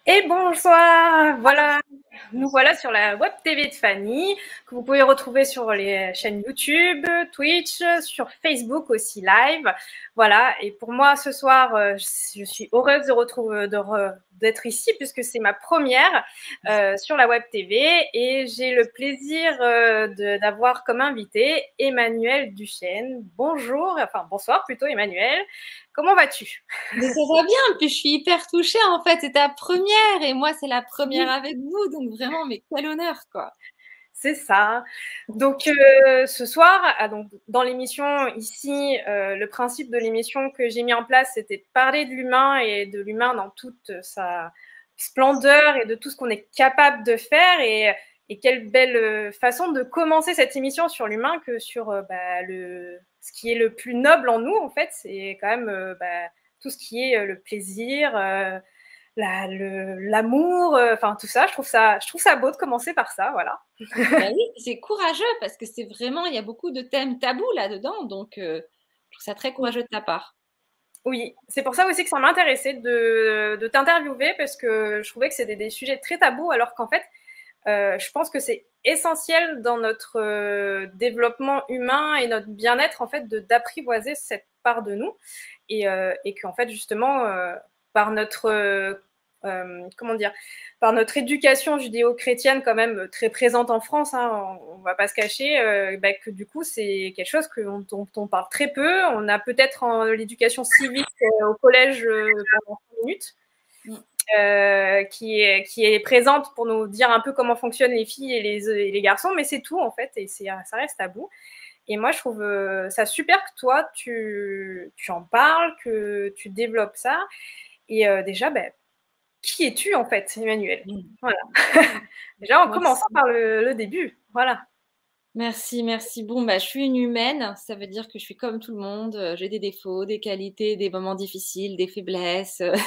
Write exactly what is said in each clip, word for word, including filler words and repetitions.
Et bonsoir, voilà, nous voilà sur la web T V de Fanny, que vous pouvez retrouver sur les chaînes YouTube, Twitch, sur Facebook aussi live. Voilà, et pour moi ce soir, euh, je suis heureuse de retrouver, de re, d'être ici puisque c'est ma première euh, sur la web T V et j'ai le plaisir euh, de, d'avoir comme invité Emmanuelle Duchesne. Bonjour, enfin bonsoir plutôt Emmanuelle. Comment vas-tu? Mais ça va bien, puis je suis hyper touchée en fait, c'est ta première et moi c'est la première avec vous, donc vraiment, mais quel honneur quoi. C'est ça. Donc euh, ce soir, ah, donc, dans l'émission ici, euh, le principe de l'émission que j'ai mis en place, c'était de parler de l'humain et de l'humain dans toute sa splendeur et de tout ce qu'on est capable de faire. Et, et quelle belle façon de commencer cette émission sur l'humain que sur euh, bah, le, ce qui est le plus noble en nous, en fait, c'est quand même euh, bah, tout ce qui est euh, le plaisir. Euh, la, le, l'amour, euh, enfin tout ça, je trouve ça, je trouve ça beau de commencer par ça, voilà. Ben oui, c'est courageux parce que c'est vraiment, il y a beaucoup de thèmes tabous là-dedans, donc euh, je trouve ça très courageux de ta part. Oui, c'est pour ça aussi que ça m'intéressait de, de t'interviewer parce que je trouvais que c'était des sujets très tabous alors qu'en fait, euh, je pense que c'est essentiel dans notre euh, développement humain et notre bien-être en fait de d'apprivoiser cette part de nous et, euh, et qu'en fait justement euh, par notre euh, euh, comment dire par notre éducation judéo-chrétienne quand même très présente en France, hein, on, on va pas se cacher, euh, bah, que du coup c'est quelque chose que, dont, dont on parle très peu. On a peut-être en l'éducation civique euh, au collège euh, pendant cinq minutes Mm. euh, qui, est, qui est présente pour nous dire un peu comment fonctionnent les filles et les, et les garçons, mais c'est tout en fait, et c'est, ça reste tabou. Et moi, je trouve euh, ça super que toi, tu, tu en parles, que tu développes ça. Et euh, déjà, ben, qui es-tu en fait, Emmanuel? Mm. Voilà. Déjà, en commençant Merci. par le, le début. Voilà. Merci, merci. Bon, bah, je suis une humaine, ça veut dire que je suis comme tout le monde, euh, j'ai des défauts, des qualités, des moments difficiles, des faiblesses, euh,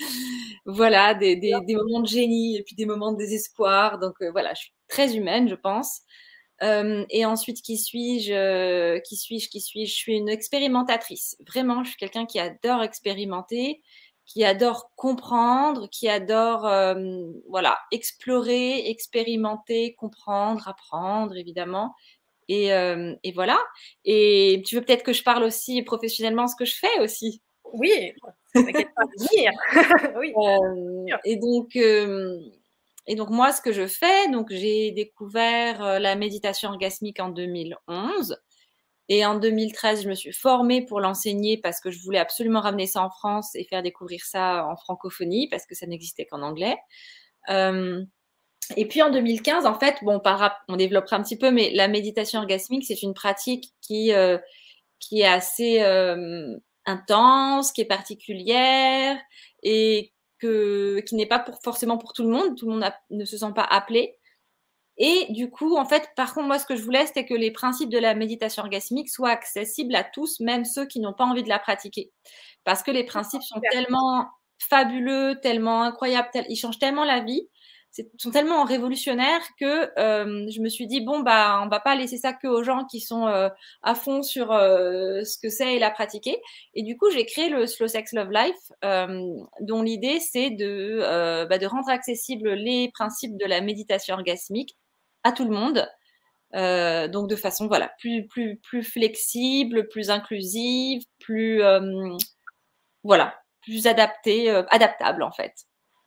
voilà, des, des, des moments de génie et puis des moments de désespoir. Donc euh, voilà, je suis très humaine, je pense. Euh, et ensuite, qui suis-je? euh, Qui suis-je? Qui suis-je? Je suis une expérimentatrice. Vraiment, je suis quelqu'un qui adore expérimenter, qui adore comprendre, qui adore euh, voilà, explorer, expérimenter, comprendre, apprendre, évidemment. Et, euh, et voilà. Et tu veux peut-être que je parle aussi professionnellement ce que je fais aussi. Oui, t'inquiète pas, venir. Oui, Euh, sûr. et donc, euh, et donc moi, ce que je fais, donc j'ai découvert euh, la méditation orgasmique en deux mille onze. Et en deux mille treize, je me suis formée pour l'enseigner parce que je voulais absolument ramener ça en France et faire découvrir ça en francophonie parce que ça n'existait qu'en anglais. Euh, et puis en deux mille quinze, en fait, bon, on, parlera, on développera un petit peu, mais la méditation orgasmique, c'est une pratique qui, euh, qui est assez euh, intense, qui est particulière et que, qui n'est pas pour, forcément pour tout le monde. Tout le monde a, ne se sent pas appelé. Et du coup, en fait, par contre, moi, ce que je voulais, c'était que les principes de la méditation orgasmique soient accessibles à tous, même ceux qui n'ont pas envie de la pratiquer. Parce que les principes sont Super. tellement fabuleux, tellement incroyables, tel- ils changent tellement la vie, c'est- sont tellement révolutionnaires que euh, je me suis dit, bon, bah, on va pas laisser ça que aux gens qui sont euh, à fond sur euh, ce que c'est et la pratiquer. Et du coup, j'ai créé le Slow Sex Love Life, euh, dont l'idée, c'est de, euh, bah, de rendre accessibles les principes de la méditation orgasmique à tout le monde. Euh, donc de façon voilà plus plus plus flexible, plus inclusive, plus euh, voilà plus adaptée, euh, adaptable en fait.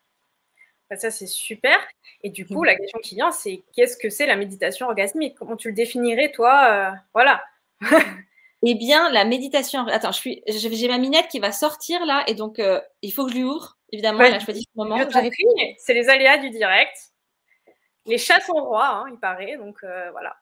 Bah, ça, c'est super. Et du coup, la question qui vient, c'est qu'est-ce que c'est la méditation orgasmique? Comment tu le définirais, toi? euh, Voilà. Eh bien la méditation. Attends, je suis j'ai ma minette qui va sortir là et donc euh, il faut que je lui ouvre. Évidemment, elle a choisi ce Je moment. t'en J'arrive. prie, c'est les aléas du direct. Les chats sont rois, hein, il paraît, donc euh, voilà.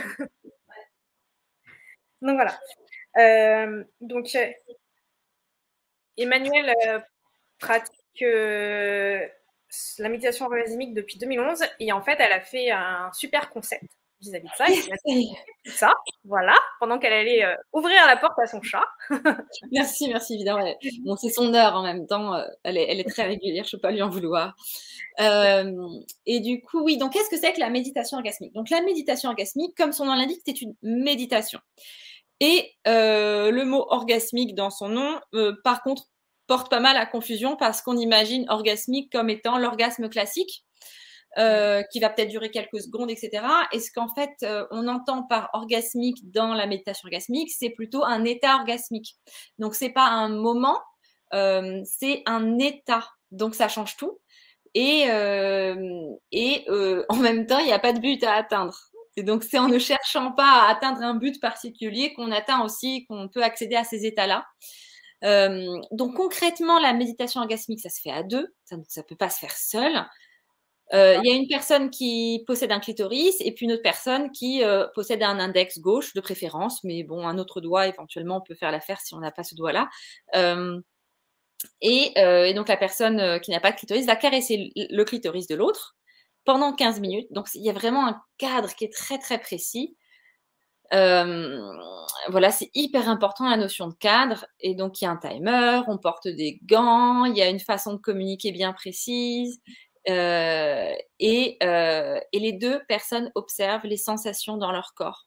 Donc voilà. Euh, donc euh, Emmanuel euh, pratique euh, la méditation orgasmique depuis deux mille onze et en fait, elle a fait un super concept vis-à-vis de ça et elle a tout ça, voilà, pendant qu'elle allait euh, ouvrir la porte à son chat. Merci, merci évidemment. Elle- Bon, c'est son heure en même temps. euh, Elle est, elle est très régulière. Je peux pas lui en vouloir. Euh, et du coup, oui. Donc, qu'est-ce que c'est que la méditation orgasmique? Donc, la méditation orgasmique, comme son nom l'indique, c'est une méditation. Et euh, le mot orgasmique dans son nom, euh, par contre, porte pas mal à confusion parce qu'on imagine orgasmique comme étant l'orgasme classique. Euh, qui va peut-être durer quelques secondes, et cetera. Et ce qu'en fait, euh, on entend par orgasmique dans la méditation orgasmique, c'est plutôt un état orgasmique. Donc, c'est pas un moment, euh, c'est un état. Donc, ça change tout. Et, euh, et euh, en même temps, il n'y a pas de but à atteindre. Et donc, c'est en ne cherchant pas à atteindre un but particulier qu'on atteint aussi, qu'on peut accéder à ces états-là. Euh, donc, concrètement, la méditation orgasmique, ça se fait à deux. Ça ne peut pas se faire seul. Il euh, y a une personne qui possède un clitoris et puis une autre personne qui euh, possède un index gauche de préférence, mais bon, un autre doigt, éventuellement, on peut faire l'affaire si on n'a pas ce doigt-là. Euh, et, euh, et donc, la personne qui n'a pas de clitoris va caresser le clitoris de l'autre pendant quinze minutes. Donc, il y a vraiment un cadre qui est très, très précis. Euh, voilà, c'est hyper important la notion de cadre. Et donc, il y a un timer, on porte des gants, il y a une façon de communiquer bien précise. Euh, et, euh, et les deux personnes observent les sensations dans leur corps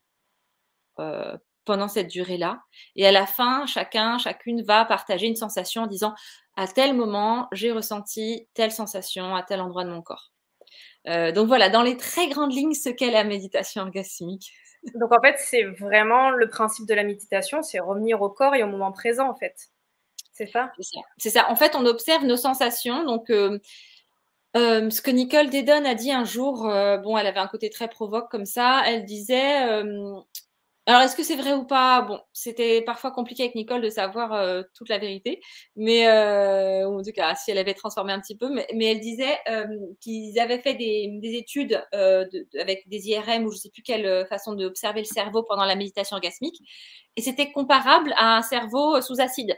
euh, pendant cette durée-là. Et à la fin, chacun, chacune va partager une sensation en disant à tel moment, j'ai ressenti telle sensation à tel endroit de mon corps. Euh, donc voilà, dans les très grandes lignes, ce qu'est la méditation orgasmique. Donc en fait, c'est vraiment le principe de la méditation, c'est revenir au corps et au moment présent en fait. C'est ça? C'est ça. C'est ça. En fait, on observe nos sensations. Donc, euh, Euh, ce que Nicole Dedon a dit un jour, euh, bon, elle avait un côté très provoque comme ça. Elle disait, euh, alors est-ce que c'est vrai ou pas? Bon, c'était parfois compliqué avec Nicole de savoir euh, toute la vérité, mais euh, ou en tout cas, si elle avait transformé un petit peu, mais, mais elle disait euh, qu'ils avaient fait des, des études euh, de, de, avec des I R M ou je sais plus quelle façon d'observer le cerveau pendant la méditation orgasmique, et c'était comparable à un cerveau sous acide.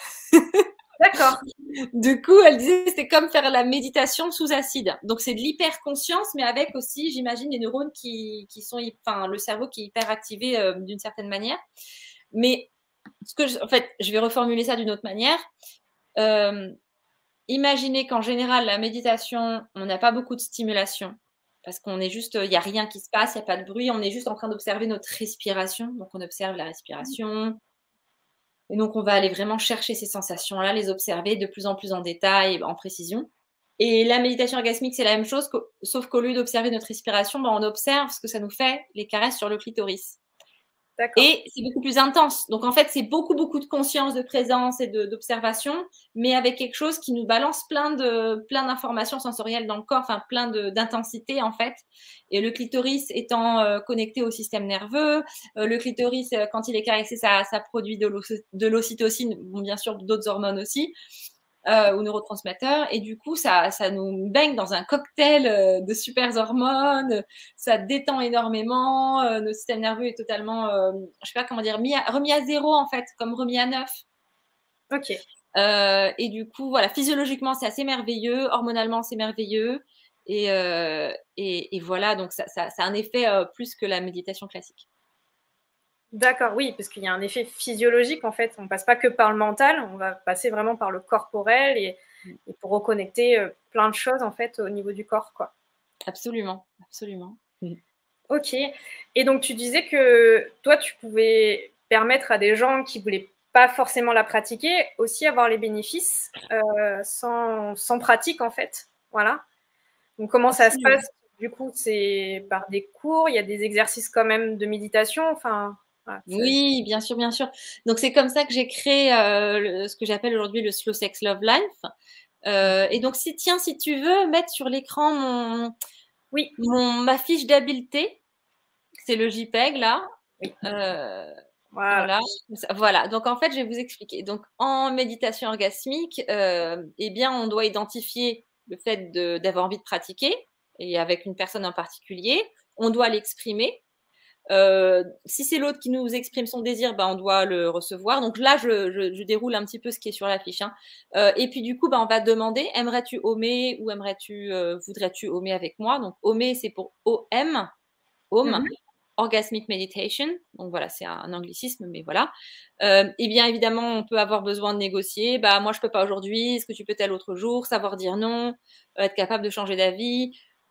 D'accord. Du coup, elle disait que c'était comme faire la méditation sous acide. Donc, c'est de l'hyperconscience, mais avec aussi, j'imagine, des neurones qui, qui sont, enfin, le cerveau qui est hyper activé euh, d'une certaine manière. Mais, ce que je, en fait, je vais reformuler ça d'une autre manière. Euh, imaginez qu'en général, la méditation, on n'a pas beaucoup de stimulation. Parce qu'on est juste, il n'y a rien qui se passe, il n'y a pas de bruit, on est juste en train d'observer notre respiration. Donc, on observe la respiration. Et donc, on va aller vraiment chercher ces sensations-là, les observer de plus en plus en détail, en précision. Et la méditation orgasmique, c'est la même chose, sauf qu'au lieu d'observer notre respiration, ben, on observe ce que ça nous fait, les caresses sur le clitoris. Et c'est beaucoup plus intense. Donc, en fait, c'est beaucoup, beaucoup de conscience, de présence et d'observation, mais avec quelque chose qui nous balance plein de plein d'informations sensorielles dans le corps, enfin, plein d'intensité, en fait. Et le clitoris étant euh, connecté au système nerveux, euh, le clitoris, euh, quand il est caressé, ça, ça produit de l'ocytocine, bon, bien sûr, d'autres hormones aussi. Euh, ou neurotransmetteurs, et du coup, ça, ça nous baigne dans un cocktail euh, de super hormones, ça détend énormément, euh, notre système nerveux est totalement, euh, je sais pas comment dire, mis à, remis à zéro en fait, comme remis à neuf. Ok. Euh, et du coup, voilà, physiologiquement, c'est assez merveilleux, hormonalement, c'est merveilleux, et, euh, et, et voilà, donc ça, ça, ça a un effet euh, plus que la méditation classique. D'accord, oui, parce qu'il y a un effet physiologique en fait. On ne passe pas que par le mental, on va passer vraiment par le corporel et, et pour reconnecter euh, plein de choses en fait au niveau du corps, quoi. Absolument, absolument. Ok. Et donc tu disais que toi, tu pouvais permettre à des gens qui voulaient pas forcément la pratiquer aussi avoir les bénéfices euh, sans, sans pratique en fait. Voilà. Donc comment Absolument. ça se passe? Du coup, c'est par des cours, il y a des exercices quand même de méditation. Enfin. Voilà, oui, bien sûr, bien sûr. Donc, c'est comme ça que j'ai créé euh, le, ce que j'appelle aujourd'hui le Slow Sex Love Life. Euh, et donc, si, tiens, si tu veux mettre sur l'écran mon, oui. mon, ma fiche d'habileté, c'est le JPEG là. Oui. Euh, Voilà. voilà. Voilà. Donc, en fait, je vais vous expliquer. Donc, en méditation orgasmique, euh, eh bien, on doit identifier le fait d'avoir envie de pratiquer, et avec une personne en particulier. On doit l'exprimer. Euh, si c'est l'autre qui nous exprime son désir, ben, on doit le recevoir. Donc là, je, je, je déroule un petit peu ce qui est sur la fiche. Hein. Euh, et puis du coup, ben, on va demander, aimerais-tu homer ou aimerais-tu, euh, voudrais-tu homer avec moi? Donc homer, c'est pour O M, home, mm-hmm. Orgasmic Meditation. Donc voilà, c'est un, un anglicisme, mais voilà. Euh, et bien évidemment, on peut avoir besoin de négocier. Bah moi, je peux pas aujourd'hui. Est-ce que tu peux tel autre jour? Savoir dire non, euh, être capable de changer d'avis.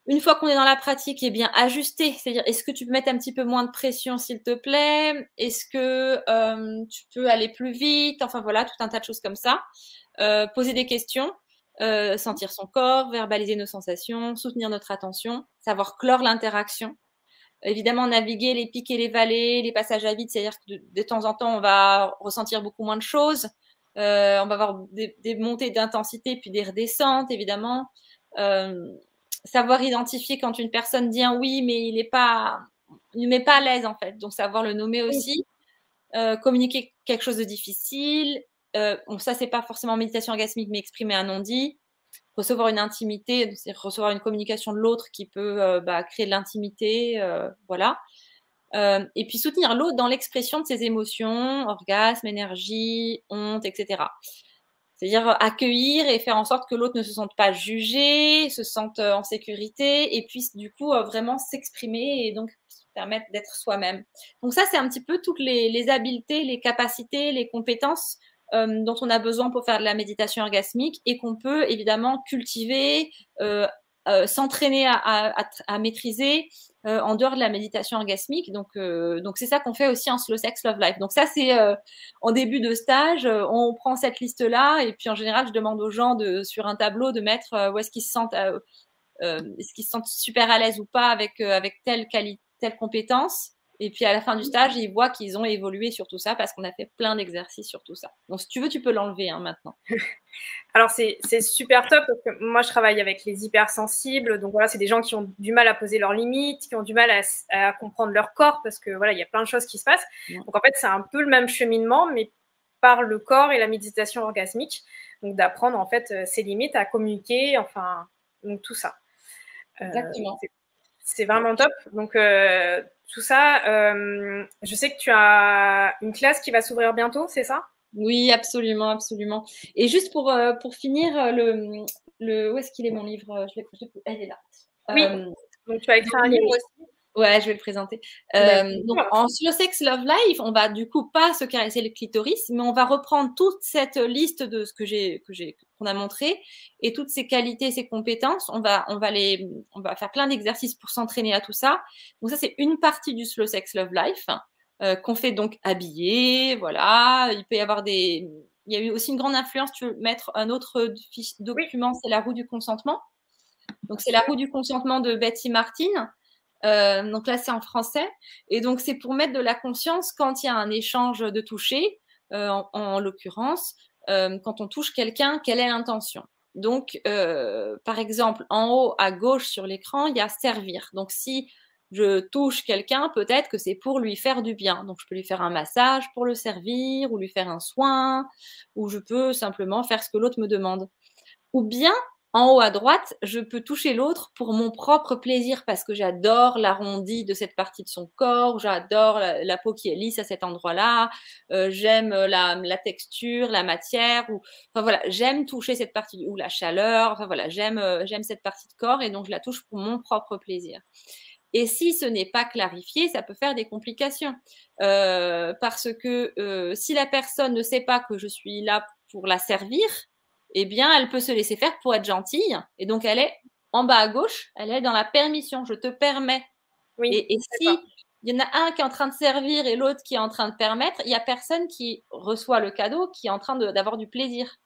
Une fois qu'on est dans la pratique, eh bien, ajuster. C'est-à-dire, est-ce que tu peux mettre un petit peu moins de pression, s'il te plaît? Est-ce que euh, tu peux aller plus vite? Enfin, voilà, tout un tas de choses comme ça. Euh, poser des questions, euh, sentir son corps, verbaliser nos sensations, soutenir notre attention, savoir clore l'interaction. Évidemment, naviguer les pics et les vallées, les passages à vide, c'est-à-dire que de, de temps en temps, on va ressentir beaucoup moins de choses. Euh, on va avoir des, des montées d'intensité, puis des redescentes, évidemment. Euh, savoir identifier quand une personne dit un oui, mais il n'est pas, il ne met pas à l'aise, en fait. Donc, savoir le nommer aussi. Euh, communiquer quelque chose de difficile. Euh, bon, ça, c'est pas forcément méditation orgasmique, mais exprimer un non-dit. Recevoir une intimité, c'est recevoir une communication de l'autre qui peut euh, bah, créer de l'intimité, euh, voilà. Euh, et puis soutenir l'autre dans l'expression de ses émotions, orgasme, énergie, honte, et cetera. C'est-à-dire accueillir et faire en sorte que l'autre ne se sente pas jugé, se sente en sécurité et puisse du coup vraiment s'exprimer et donc se permettre d'être soi-même. Donc ça, c'est un petit peu toutes les, les habiletés, les capacités, les compétences euh, dont on a besoin pour faire de la méditation orgasmique et qu'on peut évidemment cultiver, euh, euh, s'entraîner à, à, à, à maîtriser euh, en dehors de la méditation orgasmique. Donc, euh, donc c'est ça qu'on fait aussi en Slow Sex Love Life. Donc ça, c'est euh, en début de stage, euh, on prend cette liste-là et puis en général, je demande aux gens de, sur un tableau de mettre euh, où est-ce qu'ils se sentent, euh, euh, est-ce qu'ils se sentent super à l'aise ou pas avec, euh, avec telle qualité, telle compétence. Et puis à la fin du stage, ils voient qu'ils ont évolué sur tout ça parce qu'on a fait plein d'exercices sur tout ça. Donc si tu veux, tu peux l'enlever hein, maintenant. Alors c'est super top parce que moi je travaille avec les hypersensibles, donc voilà, c'est des gens qui ont du mal à poser leurs limites, qui ont du mal à, à comprendre leur corps parce que voilà, il y a plein de choses qui se passent. Ouais. Donc en fait, c'est un peu le même cheminement, mais par le corps et la méditation orgasmique, donc d'apprendre en fait ses limites, à communiquer, enfin, donc tout ça. Exactement. Euh, c'est vraiment top. Donc euh, tout ça, euh, je sais que tu as une classe qui va s'ouvrir bientôt, c'est ça? Oui, absolument, absolument. Et juste pour, euh, pour finir, le, le, où est-ce qu'il est mon livre? Je l'ai, elle est là. Oui, euh, donc tu as écrit un livre aussi. Ouais, je vais le présenter. Euh, donc, en Slow Sex Love Life, on va du coup pas se caresser le clitoris, mais on va reprendre toute cette liste de ce que j'ai, que j'ai, qu'on a montré et toutes ces qualités, ces compétences. On va, on va les, on va faire plein d'exercices pour s'entraîner à tout ça. Donc ça, c'est une partie du Slow Sex Love Life euh, qu'on fait donc habillé. Voilà, il peut y avoir des, il y a eu aussi une grande influence. Tu veux mettre un autre document, oui. C'est la roue du consentement. Donc c'est la roue du consentement de Betty Martin. Euh, donc là, c'est en français. Et donc, c'est pour mettre de la conscience quand il y a un échange de toucher, euh, en, en l'occurrence, euh, quand on touche quelqu'un, quelle est l'intention? Donc, euh, par exemple, en haut à gauche sur l'écran, il y a servir. Donc, si je touche quelqu'un, peut-être que c'est pour lui faire du bien. Donc, je peux lui faire un massage pour le servir ou lui faire un soin, ou je peux simplement faire ce que l'autre me demande. Ou bien, en haut à droite, je peux toucher l'autre pour mon propre plaisir parce que j'adore l'arrondi de cette partie de son corps, j'adore la, la peau qui est lisse à cet endroit-là, euh, j'aime la, la texture, la matière, ou enfin voilà, j'aime toucher cette partie ou la chaleur, enfin voilà, j'aime euh, j'aime cette partie de corps et donc je la touche pour mon propre plaisir. Et si ce n'est pas clarifié, ça peut faire des complications euh, parce que euh, si la personne ne sait pas que je suis là pour la servir, eh bien, elle peut se laisser faire pour être gentille. Et donc, elle est en bas à gauche, elle est dans la permission. Je te permets. Oui, et, et si il y en a un qui est en train de servir et l'autre qui est en train de permettre, il n'y a personne qui reçoit le cadeau, qui est en train d'avoir du plaisir.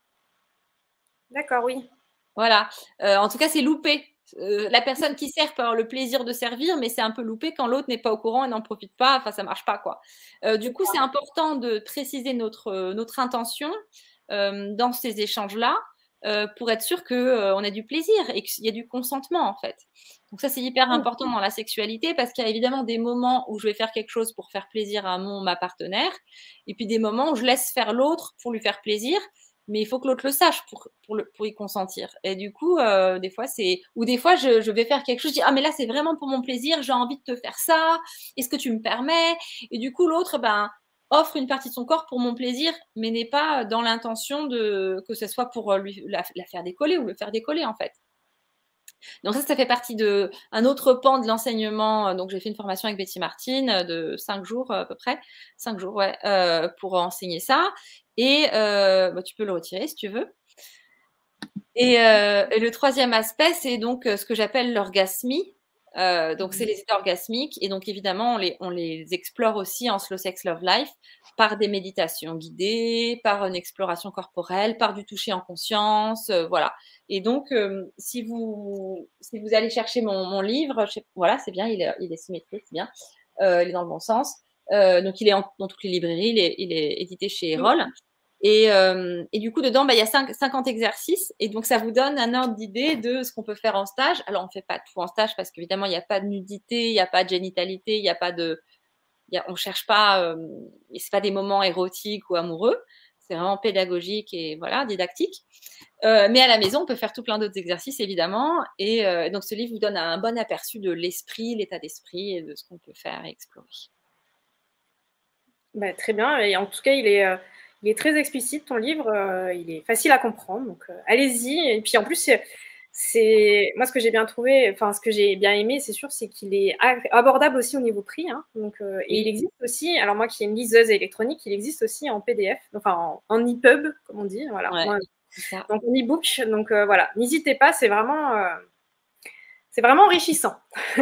D'accord, oui. Voilà. Euh, en tout cas, c'est loupé. Euh, la personne qui sert peut avoir le plaisir de servir, mais c'est un peu loupé quand l'autre n'est pas au courant et n'en profite pas. Enfin, ça marche pas, quoi. Euh, du coup, c'est important de préciser notre, notre intention euh, dans ces échanges-là euh, pour être sûr qu'on euh, ait du plaisir et qu'il y ait du consentement, en fait. Donc ça, c'est hyper important dans la sexualité parce qu'il y a évidemment des moments où je vais faire quelque chose pour faire plaisir à mon ma partenaire et puis des moments où je laisse faire l'autre pour lui faire plaisir. Mais il faut que l'autre le sache pour, pour, le, pour y consentir. Et du coup, euh, des fois, c'est. Ou des fois, je, je vais faire quelque chose, je dis ah, mais là, c'est vraiment pour mon plaisir, j'ai envie de te faire ça, est-ce que tu me permets? Et du coup, l'autre, ben, offre une partie de son corps pour mon plaisir, mais n'est pas dans l'intention de que ce soit pour lui la, la faire décoller ou le faire décoller, en fait. Donc ça, ça fait partie de un autre pan de l'enseignement. Donc j'ai fait une formation avec Betty Martin de cinq jours à peu près, cinq jours, ouais, euh, pour enseigner ça. Et euh, bah, tu peux le retirer si tu veux. Et, euh, et le troisième aspect, c'est donc ce que j'appelle l'orgasmie. Euh, donc, c'est les états orgasmiques. Et donc, évidemment, on les, on les explore aussi en Slow Sex Love Life par des méditations guidées, par une exploration corporelle, par du toucher en conscience. Euh, voilà. Et donc, euh, si, vous, si vous allez chercher mon, mon livre, je sais, voilà, c'est bien, il est, il est symétrique, c'est bien. Euh, il est dans le bon sens. Euh, donc, il est en, dans toutes les librairies, il est, il est édité chez Erol. Et, euh, et du coup, dedans, bah, il y a cinquante exercices. Et donc, ça vous donne un ordre d'idée de ce qu'on peut faire en stage. Alors, on ne fait pas tout en stage parce qu'évidemment, il n'y a pas de nudité, il n'y a pas de génitalité, il n'y a pas de. Y a, on ne cherche pas. Euh, ce n'est pas des moments érotiques ou amoureux. C'est vraiment pédagogique et voilà, didactique. Euh, mais à la maison, on peut faire tout plein d'autres exercices, évidemment. Et euh, donc, ce livre vous donne un bon aperçu de l'esprit, l'état d'esprit et de ce qu'on peut faire et explorer. Bah, très bien. Et en tout cas, il est. Euh... Il est très explicite, ton livre, euh, il est facile à comprendre, donc euh, allez-y. Et puis en plus, c'est moi ce que j'ai bien trouvé, enfin ce que j'ai bien aimé, c'est sûr, c'est qu'il est abordable aussi au niveau prix. Hein, donc, euh, et oui. Il existe aussi, alors moi qui ai une liseuse électronique, il existe aussi en P D F, enfin en, en e-pub, comme on dit, voilà. Ouais, moi, donc en e-book, donc euh, voilà, n'hésitez pas, c'est vraiment, euh, c'est vraiment enrichissant.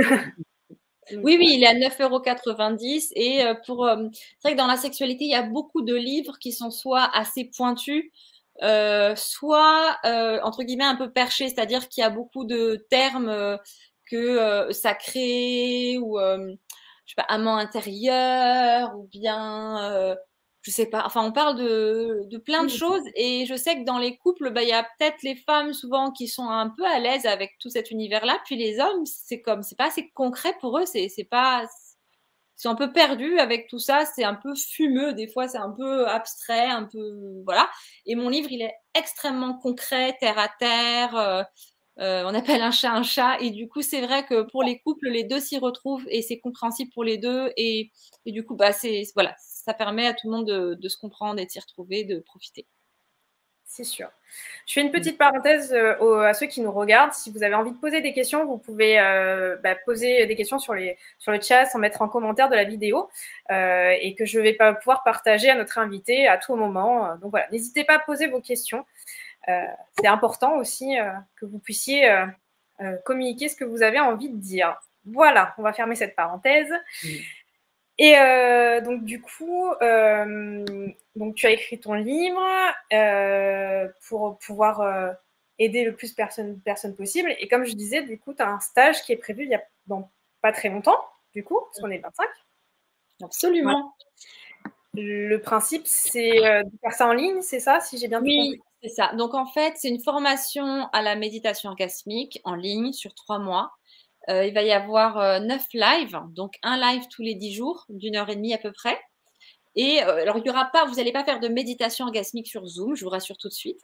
Oui, oui, il est à neuf euros quatre-vingt-dix. Et pour, euh, c'est vrai que dans la sexualité, il y a beaucoup de livres qui sont soit assez pointus, euh, soit, euh, entre guillemets, un peu perchés, c'est-à-dire qu'il y a beaucoup de termes euh, que euh, sacré ou, euh, je sais pas, amant intérieur ou bien, euh, je sais pas, enfin, on parle de, de plein de choses. Et je sais que dans les couples, bah, il y a peut-être les femmes souvent qui sont un peu à l'aise avec tout cet univers-là. Puis les hommes, c'est comme, c'est pas assez concret pour eux. C'est, c'est pas, ils sont un peu perdus avec tout ça. C'est un peu fumeux. Des fois, c'est un peu abstrait, un peu, voilà. Et mon livre, il est extrêmement concret, terre à terre. Euh, euh, on appelle un chat un chat. Et du coup, c'est vrai que pour les couples, les deux s'y retrouvent et c'est compréhensible pour les deux. Et, et du coup, bah, c'est, voilà, ça permet à tout le monde de, de se comprendre et de s'y retrouver, de profiter. C'est sûr. Je fais une petite parenthèse euh, aux, à ceux qui nous regardent. Si vous avez envie de poser des questions, vous pouvez euh, bah, poser des questions sur, les, sur le chat sans mettre en commentaire de la vidéo euh, et que je vais pas pouvoir partager à notre invité à tout moment. Donc voilà, n'hésitez pas à poser vos questions. Euh, c'est important aussi euh, que vous puissiez euh, euh, communiquer ce que vous avez envie de dire. Voilà, on va fermer cette parenthèse. Mmh. Et euh, donc, du coup, euh, donc, tu as écrit ton livre euh, pour pouvoir euh, aider le plus de personnes, personnes possible. Et comme je disais, du coup, tu as un stage qui est prévu il y a dans pas très longtemps, du coup, parce qu'on est vingt-cinq. Absolument. Voilà. Le principe, c'est euh, de faire ça en ligne, c'est ça, si j'ai bien oui, compris? Oui, c'est ça. Donc, en fait, c'est une formation à la méditation orgasmique en ligne sur trois mois. Euh, il va y avoir euh, neuf lives, donc un live tous les dix jours, d'une heure et demie à peu près. Et euh, alors, il y aura pas, vous n'allez pas faire de méditation orgasmique sur Zoom, je vous rassure tout de suite.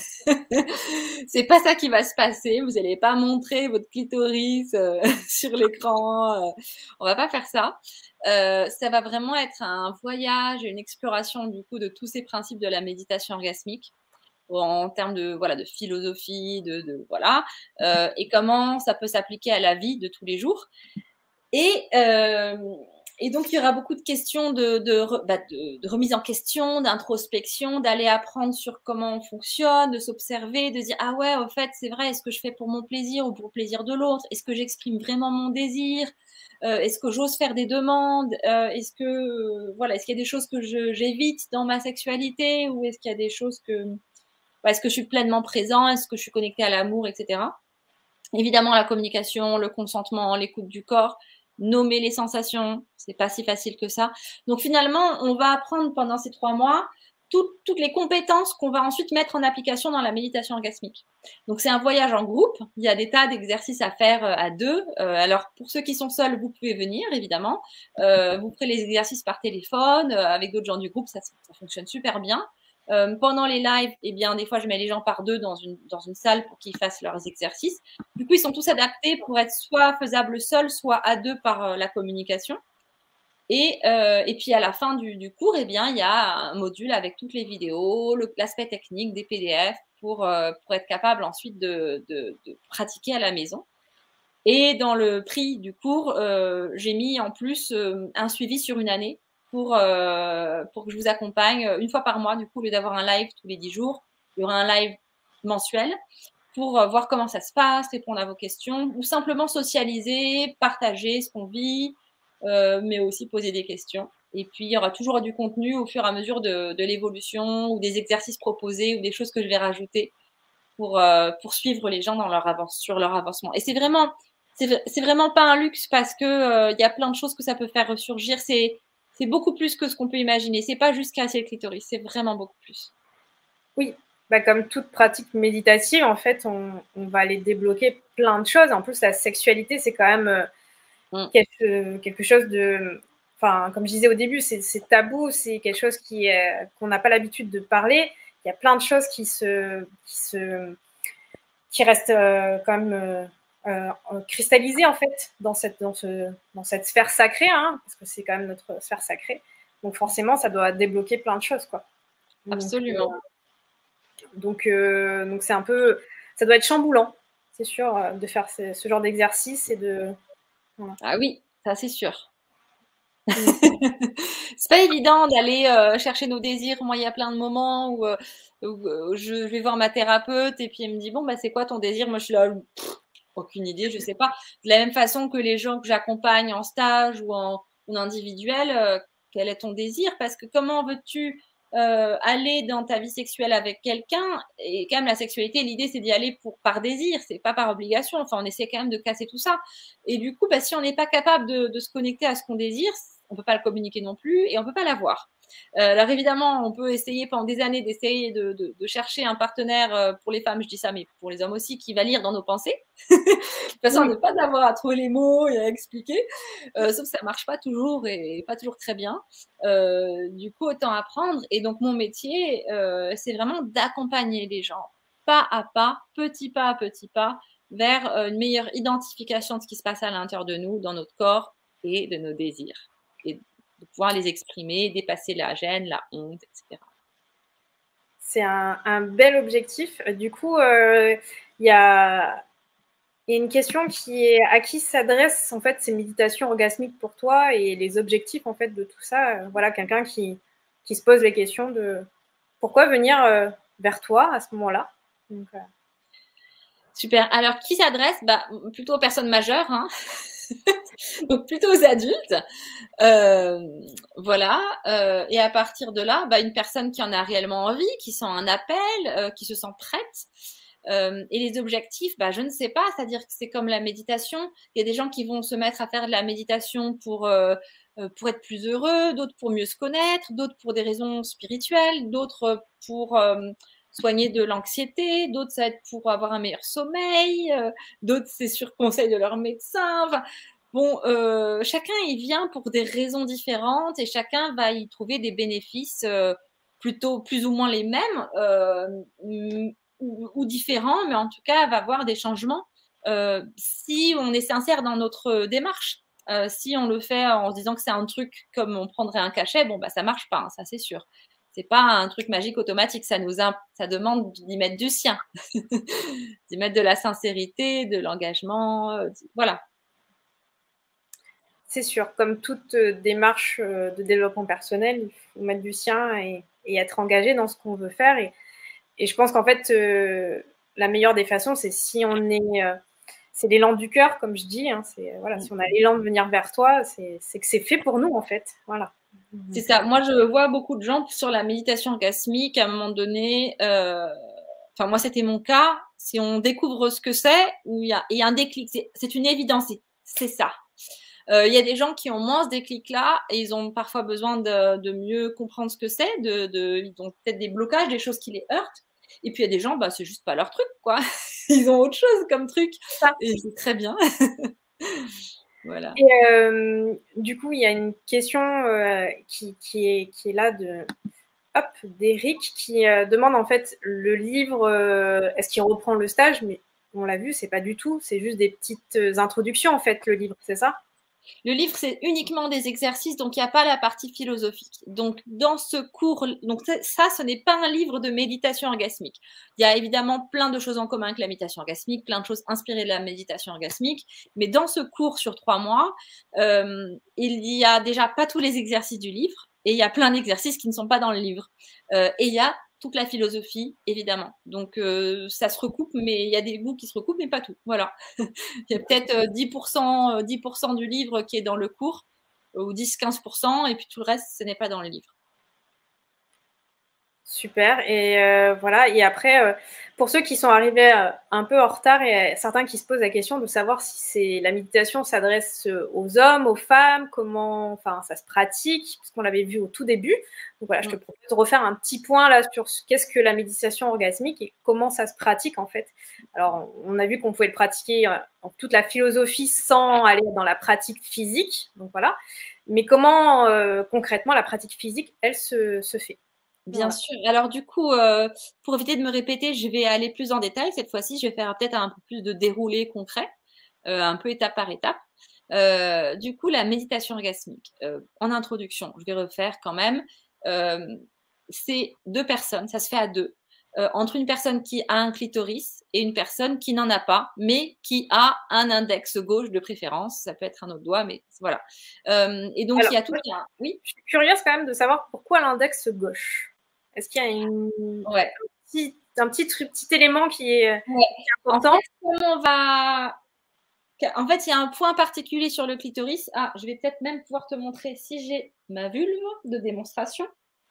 C'est pas ça qui va se passer. Vous n'allez pas montrer votre clitoris euh, sur l'écran. Euh, on va pas faire ça. Euh, ça va vraiment être un voyage, une exploration du coup de tous ces principes de la méditation orgasmique en termes de voilà de philosophie, de, de voilà, euh, et comment ça peut s'appliquer à la vie de tous les jours. Et euh, et donc, il y aura beaucoup de questions de, de, bah, de, de remise en question, d'introspection, d'aller apprendre sur comment on fonctionne, de s'observer, de dire « Ah ouais, au fait, c'est vrai, est-ce que je fais pour mon plaisir ou pour le plaisir de l'autre? Est-ce que j'exprime vraiment mon désir? euh, Est-ce que j'ose faire des demandes? euh, Est-ce que euh, voilà, est-ce qu'il y a des choses que je, j'évite dans ma sexualité? Ou est-ce qu'il y a des choses que… Bah, est-ce que je suis pleinement présent? Est-ce que je suis connectée à l'amour, et cetera » Évidemment, la communication, le consentement, l'écoute du corps, nommer les sensations, c'est pas si facile que ça. Donc finalement, on va apprendre pendant ces trois mois tout, toutes les compétences qu'on va ensuite mettre en application dans la méditation orgasmique. Donc c'est un voyage en groupe, il y a des tas d'exercices à faire à deux. Euh, alors pour ceux qui sont seuls, vous pouvez venir évidemment. Euh, vous ferez les exercices par téléphone, euh, avec d'autres gens du groupe, ça, ça fonctionne super bien. Euh, pendant les lives, eh bien, des fois, je mets les gens par deux dans une, dans une salle pour qu'ils fassent leurs exercices. Du coup, ils sont tous adaptés pour être soit faisables seuls, soit à deux par euh, la communication. Et, euh, et puis, à la fin du, du cours, eh bien, il y a un module avec toutes les vidéos, le, l'aspect technique des P D F pour, euh, pour être capable ensuite de, de, de pratiquer à la maison. Et dans le prix du cours, euh, j'ai mis en plus euh, un suivi sur une année pour, euh, pour que je vous accompagne une fois par mois. Du coup, au lieu d'avoir un live tous les dix jours, il y aura un live mensuel pour euh, voir comment ça se passe, répondre à vos questions, ou simplement socialiser, partager ce qu'on vit, euh, mais aussi poser des questions. Et puis, il y aura toujours du contenu au fur et à mesure de, de l'évolution, ou des exercices proposés, ou des choses que je vais rajouter pour euh, poursuivre les gens dans leur avance, sur leur avancement. Et c'est vraiment, c'est vraiment pas un luxe parce que euh, il y a plein de choses que ça peut faire ressurgir. C'est c'est beaucoup plus que ce qu'on peut imaginer. C'est pas juste casser le clitoris, c'est vraiment beaucoup plus. Oui, bah, comme toute pratique méditative, en fait, on, on, va aller débloquer plein de choses. En plus, la sexualité, c'est quand même euh, mm. quelque, quelque chose de... Enfin, comme je disais au début, c'est tabou, c'est quelque chose qui qu'on n'a pas l'habitude de parler. Il y a plein de choses qui se... qui, se, qui restent euh, quand même... Euh, Euh, cristallisé en fait dans cette, dans ce, dans cette sphère sacrée, hein, parce que c'est quand même notre sphère sacrée. Donc forcément, ça doit débloquer plein de choses, quoi. Absolument. Donc, euh, donc c'est un peu, ça doit être chamboulant, c'est sûr, de faire ce, ce genre d'exercice et de. Voilà. Ah oui, ça c'est sûr. C'est pas évident d'aller euh, chercher nos désirs. Moi, il y a plein de moments où, euh, où euh, je vais voir ma thérapeute et puis elle me dit bon bah c'est quoi ton désir? Moi je suis là. Pff, aucune idée, je sais pas. De la même façon que les gens que j'accompagne en stage ou en, en individuel, euh, quel est ton désir? Parce que comment veux-tu euh, aller dans ta vie sexuelle avec quelqu'un? Et quand même, la sexualité, l'idée, c'est d'y aller pour, par désir, c'est pas par obligation. Enfin, on essaie quand même de casser tout ça. Et du coup, bah, si on n'est pas capable de, de se connecter à ce qu'on désire, on peut pas le communiquer non plus et on peut pas l'avoir. Euh, alors évidemment, on peut essayer pendant des années d'essayer de, de, de chercher un partenaire pour les femmes, je dis ça, mais pour les hommes aussi, qui va lire dans nos pensées, de façon à ne pas avoir à trouver les mots et à expliquer. Euh, sauf que ça marche pas toujours et pas toujours très bien. Euh, du coup, autant apprendre. Et donc mon métier, euh, c'est vraiment d'accompagner les gens, pas à pas, petit pas à petit pas, vers une meilleure identification de ce qui se passe à l'intérieur de nous, dans notre corps et de nos désirs. Et de pouvoir les exprimer, dépasser la gêne, la honte, et cetera. C'est un, un bel objectif. Du coup, il euh, y, a, y a une question qui est à qui s'adressent en fait ces méditations orgasmiques pour toi et les objectifs en fait de tout ça. Voilà, quelqu'un qui, qui se pose les questions de pourquoi venir euh, vers toi à ce moment-là. Donc, euh... Super. Alors, qui s'adresse? Bah, plutôt aux personnes majeures, hein. Donc plutôt aux adultes. Euh, voilà. Euh, et à partir de là, bah, une personne qui en a réellement envie, qui sent un appel, euh, qui se sent prête. Euh, et les objectifs, bah, je ne sais pas. C'est-à-dire que c'est comme la méditation. Il y a des gens qui vont se mettre à faire de la méditation pour euh, pour être plus heureux, d'autres pour mieux se connaître, d'autres pour des raisons spirituelles, d'autres pour euh, soigner de l'anxiété, d'autres ça va être pour avoir un meilleur sommeil, euh, d'autres c'est sur conseil de leur médecin. Enfin, bon, euh, chacun y vient pour des raisons différentes et chacun va y trouver des bénéfices euh, plutôt plus ou moins les mêmes euh, ou, ou différents, mais en tout cas va avoir des changements euh, si on est sincère dans notre démarche. Euh, si on le fait en se disant que c'est un truc comme on prendrait un cachet, bon bah ça marche pas, hein, ça c'est sûr. C'est pas un truc magique automatique, ça nous imp... ça demande d'y mettre du sien, d'y mettre de la sincérité, de l'engagement, euh, voilà. C'est sûr, comme toute démarche de développement personnel, il faut mettre du sien et, et être engagé dans ce qu'on veut faire. Et, et je pense qu'en fait, euh, la meilleure des façons, c'est si on est, euh, c'est l'élan du cœur, comme je dis. Hein, c'est voilà, si on a l'élan de venir vers toi, c'est que c'est fait pour nous en fait. Voilà. C'est ça. Moi, je vois beaucoup de gens sur la méditation orgasmique. À un moment donné, euh, enfin moi, c'était mon cas. Si on découvre ce que c'est, où il y a, il y a un déclic, c'est une évidence. C'est ça. Euh, il y a des gens qui ont moins ce déclic-là et ils ont parfois besoin de, de mieux comprendre ce que c'est. De, de, ils ont peut-être des blocages, des choses qui les heurtent. Et puis il y a des gens, bah c'est juste pas leur truc, quoi. Ils ont autre chose comme truc. Ça. Et c'est très bien. Voilà. Et euh, du coup, il y a une question euh, qui, qui, est, qui est là de hop d'Eric qui euh, demande en fait le livre. Euh, Est-ce qu'il reprend le stage? Mais on l'a vu, c'est pas du tout. C'est juste des petites introductions en fait le livre, c'est ça? Le livre, c'est uniquement des exercices, donc il n'y a pas la partie philosophique. Donc, dans ce cours, donc ça, ce n'est pas un livre de méditation orgasmique. Il y a évidemment plein de choses en commun avec la méditation orgasmique, plein de choses inspirées de la méditation orgasmique, mais dans ce cours sur trois mois, euh, il n'y a déjà pas tous les exercices du livre, et il y a plein d'exercices qui ne sont pas dans le livre. Euh, et il y a toute la philosophie, évidemment. Donc, euh, ça se recoupe, mais il y a des bouts qui se recoupent, mais pas tout. Voilà. Il y a peut-être euh, dix pour cent, euh, dix pour cent du livre qui est dans le cours, euh, ou dix à quinze pour cent, et puis tout le reste, ce n'est pas dans le livre. Super. Et euh, voilà. Et après, euh, pour ceux qui sont arrivés euh, un peu en retard et euh, certains qui se posent la question de savoir si c'est la méditation s'adresse aux hommes, aux femmes, comment, enfin, ça se pratique, parce qu'on l'avait vu au tout début. Donc voilà, je te propose de refaire un petit point là sur qu'est-ce que la méditation orgasmique et comment ça se pratique en fait. Alors, on a vu qu'on pouvait le pratiquer en toute la philosophie sans aller dans la pratique physique. Donc voilà. Mais comment euh, concrètement la pratique physique, elle se, se fait? Bien voilà. sûr. Alors du coup, euh, pour éviter de me répéter, je vais aller plus en détail. Cette fois-ci, je vais faire peut-être un peu plus de déroulé concret, euh, un peu étape par étape. Euh, du coup, la méditation orgasmique, euh, en introduction, je vais refaire quand même. Euh, c'est deux personnes, ça se fait à deux. Euh, entre une personne qui a un clitoris et une personne qui n'en a pas, mais qui a un index gauche de préférence. Ça peut être un autre doigt, mais voilà. Euh, et donc, Alors, il y a tout un... Oui. Je suis curieuse quand même de savoir pourquoi l'index gauche. Est-ce qu'il y a une... ouais. un, petit, un petit, truc, petit élément qui est, ouais. qui est important? En fait, on va... En fait, il y a un point particulier sur le clitoris. Ah, je vais peut-être même pouvoir te montrer si j'ai ma vulve de démonstration.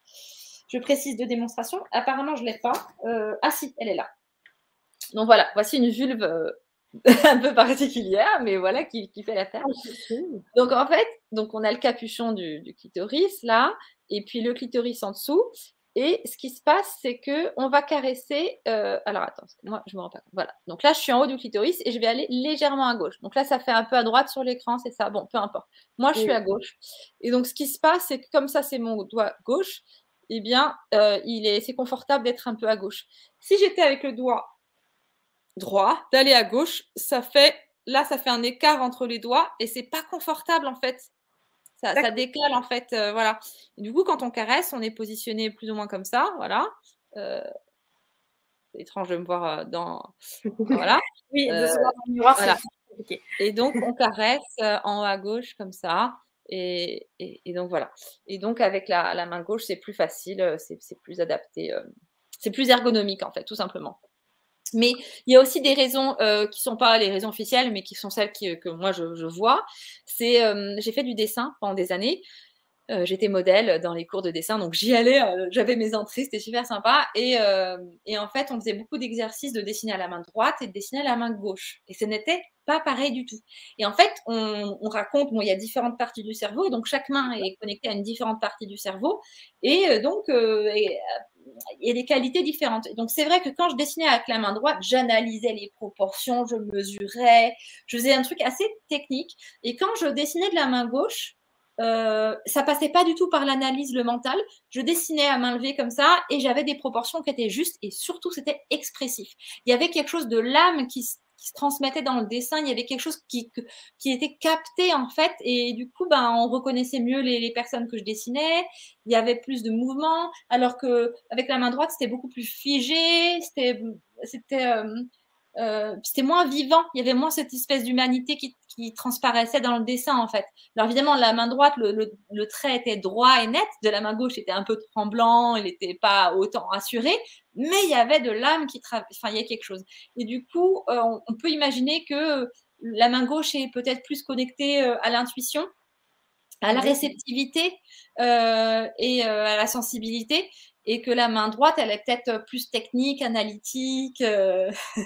Je précise de démonstration. Apparemment, je ne l'ai pas. Euh, ah si, elle est là. Donc voilà, voici une vulve euh, un peu particulière, mais voilà, qui, qui fait l'affaire. Donc en fait, donc on a le capuchon du, du clitoris là, et puis le clitoris en dessous. Et ce qui se passe, c'est que on va caresser. Euh, alors attends, parce que moi je me rends pas compte. Voilà. Donc là, je suis en haut du clitoris et je vais aller légèrement à gauche. Donc là, ça fait un peu à droite sur l'écran, c'est ça. Bon, peu importe. Moi, je suis à gauche. Et donc ce qui se passe, c'est que comme ça, c'est mon doigt gauche. Eh bien, euh, il est, c'est confortable d'être un peu à gauche. Si j'étais avec le doigt droit, d'aller à gauche, ça fait là, ça fait un écart entre les doigts et c'est pas confortable en fait. Ça, ça décale en fait, euh, voilà. Et du coup, quand on caresse, on est positionné plus ou moins comme ça, voilà. Euh, c'est étrange de me voir euh, dans, voilà. Oui, de se voir dans le miroir, voilà. c'est compliqué. Et donc, on caresse euh, en haut à gauche comme ça. Et, et, et donc voilà. Et donc avec la, la main gauche, c'est plus facile, c'est, c'est plus adapté, euh, c'est plus ergonomique en fait, tout simplement. Mais il y a aussi des raisons euh, qui ne sont pas les raisons officielles, mais qui sont celles qui, que moi je, je vois. C'est, euh, j'ai fait du dessin pendant des années. Euh, j'étais modèle dans les cours de dessin, donc j'y allais, euh, j'avais mes entrées, c'était super sympa. Et, euh, et en fait, on faisait beaucoup d'exercices de dessiner à la main droite et de dessiner à la main gauche. Et ce n'était pas pareil du tout. Et en fait, on, on raconte, bon, il y a différentes parties du cerveau, et donc chaque main est connectée à une différente partie du cerveau. Et euh, donc, euh, et, il y a des qualités différentes. Donc, c'est vrai que quand je dessinais avec la main droite, j'analysais les proportions, je mesurais, je faisais un truc assez technique. Et quand je dessinais de la main gauche, euh, ça passait pas du tout par l'analyse, le mental. Je dessinais à main levée comme ça et j'avais des proportions qui étaient justes et surtout, c'était expressif. Il y avait quelque chose de l'âme qui, qui se transmettait dans le dessin. Il y avait quelque chose qui, qui était capté en fait et du coup, ben, on reconnaissait mieux les, les personnes que je dessinais. Il y avait plus de mouvement alors que avec la main droite, c'était beaucoup plus figé. C'était, c'était euh, Euh, c'était moins vivant, il y avait moins cette espèce d'humanité qui, qui transparaissait dans le dessin en fait. Alors évidemment, la main droite, le, le, le trait était droit et net, de la main gauche, il était un peu tremblant, il n'était pas autant assuré, mais il y avait de l'âme qui travaillait, enfin il y a quelque chose. Et du coup, euh, on, on peut imaginer que la main gauche est peut-être plus connectée euh, à l'intuition, à la réceptivité euh, et euh, à la sensibilité, et que la main droite, elle est peut-être plus technique, analytique, euh,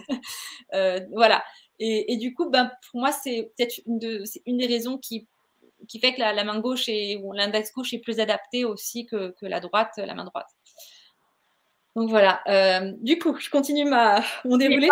euh, voilà. Et, et, du coup, ben, pour moi, c'est peut-être une, de, c'est une des raisons qui, qui fait que la, la main gauche est, ou l'index gauche est plus adaptée aussi que, que la droite, la main droite. Donc voilà. Euh, du coup, je continue ma, mon déroulé.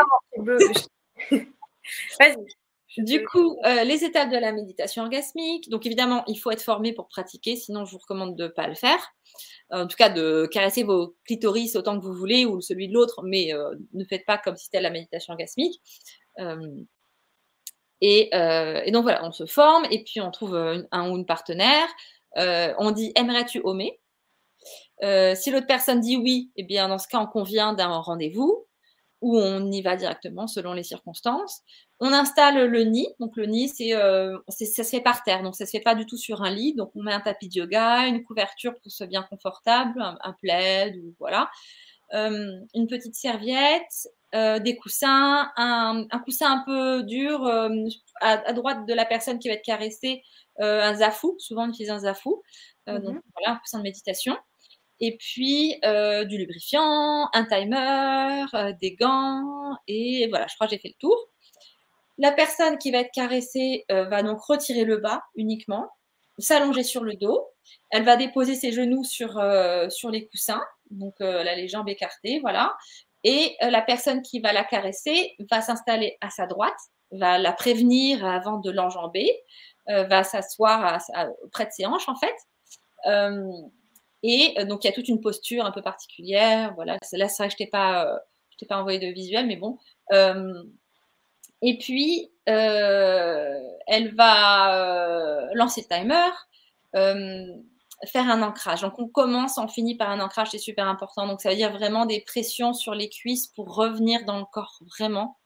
Vas-y. Du coup, euh, les étapes de la méditation orgasmique. Donc évidemment, il faut être formé pour pratiquer, sinon je vous recommande de ne pas le faire. En tout cas, de caresser vos clitoris autant que vous voulez ou celui de l'autre, mais euh, ne faites pas comme si c'était la méditation orgasmique. Euh, et, euh, et donc voilà, on se forme et puis on trouve un, un ou une partenaire. Euh, on dit « aimerais-tu homer ?» euh, Si l'autre personne dit oui, eh bien dans ce cas, on convient d'un rendez-vous où on y va directement selon les circonstances. On installe le nid. Donc, le nid, c'est, euh, c'est, ça se fait par terre. Donc, ça ne se fait pas du tout sur un lit. Donc, on met un tapis de yoga, une couverture pour que ce soit bien confortable, un, un plaid, ou voilà. euh, une petite serviette, euh, des coussins, un, un coussin un peu dur euh, à, à droite de la personne qui va être caressée, euh, un zafou, souvent on utilise un zafou, euh, donc Mhm. voilà, un coussin de méditation. Et puis euh, du lubrifiant, un timer, euh, des gants, et voilà, je crois que j'ai fait le tour. La personne qui va être caressée euh, va donc retirer le bas uniquement, s'allonger sur le dos. Elle va déposer ses genoux sur, euh, sur les coussins, donc euh, elle a les jambes écartées, voilà. Et euh, la personne qui va la caresser va s'installer à sa droite, va la prévenir avant de l'enjamber, euh, va s'asseoir à, à, près de ses hanches en fait. Euh, et euh, donc il y a toute une posture un peu particulière, voilà. Là c'est vrai que je t'ai pas, euh, je t'ai pas envoyé de visuel, mais bon. Euh, et puis, euh, elle va euh, lancer le timer, euh, faire un ancrage. Donc, on commence, on finit par un ancrage, c'est super important. Donc, ça veut dire vraiment des pressions sur les cuisses pour revenir dans le corps, vraiment.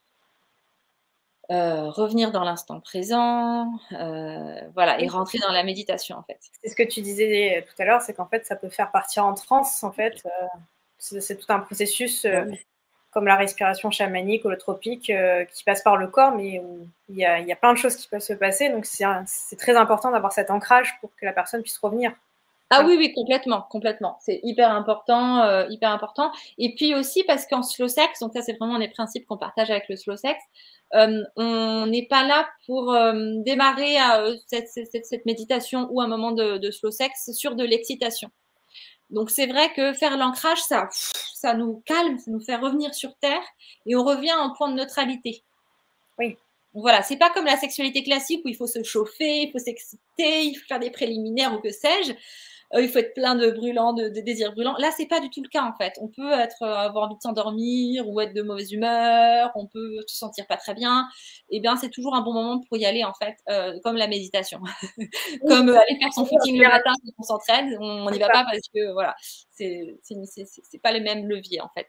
Euh, revenir dans l'instant présent, euh, voilà, et Oui, rentrer dans la méditation, en fait. c'est ce que tu disais tout à l'heure, c'est qu'en fait, ça peut faire partir en transe, en fait. Euh, c'est, c'est tout un processus, euh, Oui. comme la respiration chamanique, holotropique, euh, qui passe par le corps, mais où il y a, il y a plein de choses qui peuvent se passer. Donc, c'est, un- c'est très important d'avoir cet ancrage pour que la personne puisse revenir. Ah Enfin, oui, oui, complètement, complètement. C'est hyper important, euh, hyper important. Et puis aussi parce qu'en slow sex, donc ça c'est vraiment les principes qu'on partage avec le slow sex, euh, on n'est pas là pour euh, démarrer euh, cette, cette, cette méditation ou un moment de, de slow sex sur de l'excitation. Donc c'est vrai que faire l'ancrage, ça, ça nous calme, ça nous fait revenir sur terre et on revient en point de neutralité. oui. Voilà, c'est pas comme la sexualité classique où il faut se chauffer, il faut s'exciter, il faut faire des préliminaires ou que sais-je. Euh, il faut être plein de brûlants, de, de désirs brûlants. Là, c'est pas du tout le cas en fait. On peut être, euh, avoir envie de s'endormir ou être de mauvaise humeur, on peut se sentir pas très bien. Eh bien, c'est toujours un bon moment pour y aller en fait, euh, comme la méditation, Oui, comme euh, aller faire son oui, en footing le général, matin quand on s'entraîne. On n'y va ça. pas parce que voilà, c'est c'est c'est pas le même levier en fait.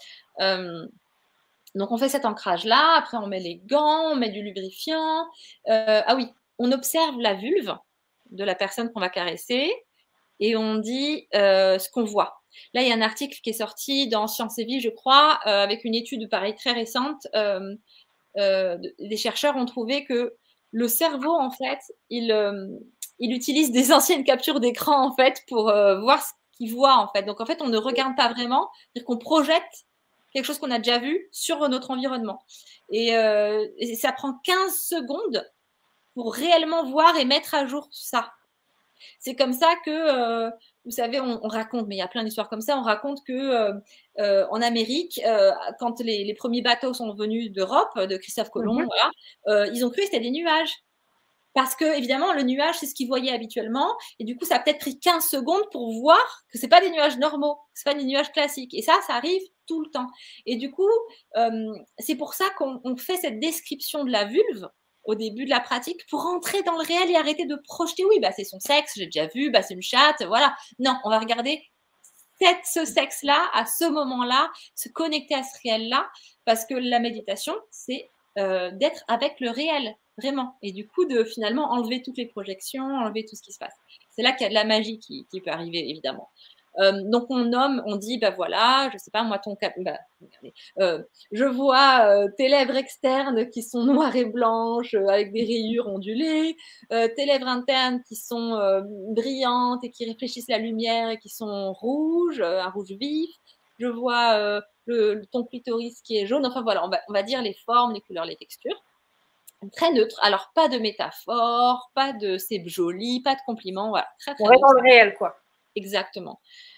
Euh, donc on fait cet ancrage là. Après, on met les gants, on met du lubrifiant. Euh, ah oui, on observe la vulve de la personne qu'on va caresser et on dit euh, ce qu'on voit. Là, il y a un article qui est sorti dans Science et Vie, je crois, euh, avec une étude pareil très récente. Euh, euh, des chercheurs ont trouvé que le cerveau, en fait, il, euh, il utilise des anciennes captures d'écran, en fait, pour euh, voir ce qu'il voit, en fait. Donc, en fait, on ne regarde pas vraiment, c'est-à-dire qu'on projette quelque chose qu'on a déjà vu sur notre environnement. Et, euh, et ça prend quinze secondes pour réellement voir et mettre à jour ça. C'est comme ça que, euh, vous savez, on, on raconte, mais il y a plein d'histoires comme ça, on raconte que euh, euh, en Amérique, euh, quand les, les premiers bateaux sont venus d'Europe, de Christophe Colomb, Mhm. voilà, euh, ils ont cru que c'était des nuages. Parce que, évidemment, le nuage, c'est ce qu'ils voyaient habituellement. Et du coup, ça a peut-être pris quinze secondes pour voir que c'est pas des nuages normaux, que c'est pas des nuages classiques. Et ça, ça arrive tout le temps. Et du coup, euh, c'est pour ça qu'on on fait cette description de la vulve au début de la pratique pour entrer dans le réel et arrêter de projeter. Oui, bah, c'est son sexe, j'ai déjà vu, bah, c'est une chatte, voilà. Non, on va regarder cette, ce sexe-là, à ce moment-là, se connecter à ce réel-là, parce que la méditation, c'est euh, d'être avec le réel, vraiment. Et du coup, de finalement enlever toutes les projections, enlever tout ce qui se passe. C'est là qu'il y a de la magie qui, qui peut arriver, évidemment. Euh, donc on nomme, on dit, bah voilà, je sais pas, moi ton cap, bah, regardez, euh, je vois euh, tes lèvres externes qui sont noires et blanches euh, avec des rayures ondulées, euh, tes lèvres internes qui sont euh, brillantes et qui réfléchissent la lumière et qui sont rouges, euh, un rouge vif. Je vois euh, le, le, ton clitoris qui est jaune. Enfin voilà, on va, on va dire les formes, les couleurs, les textures. Très neutre. Alors pas de métaphore, pas de c'est joli, pas de compliments. Voilà, très On très reste neutre. dans le réel, quoi. Exactement.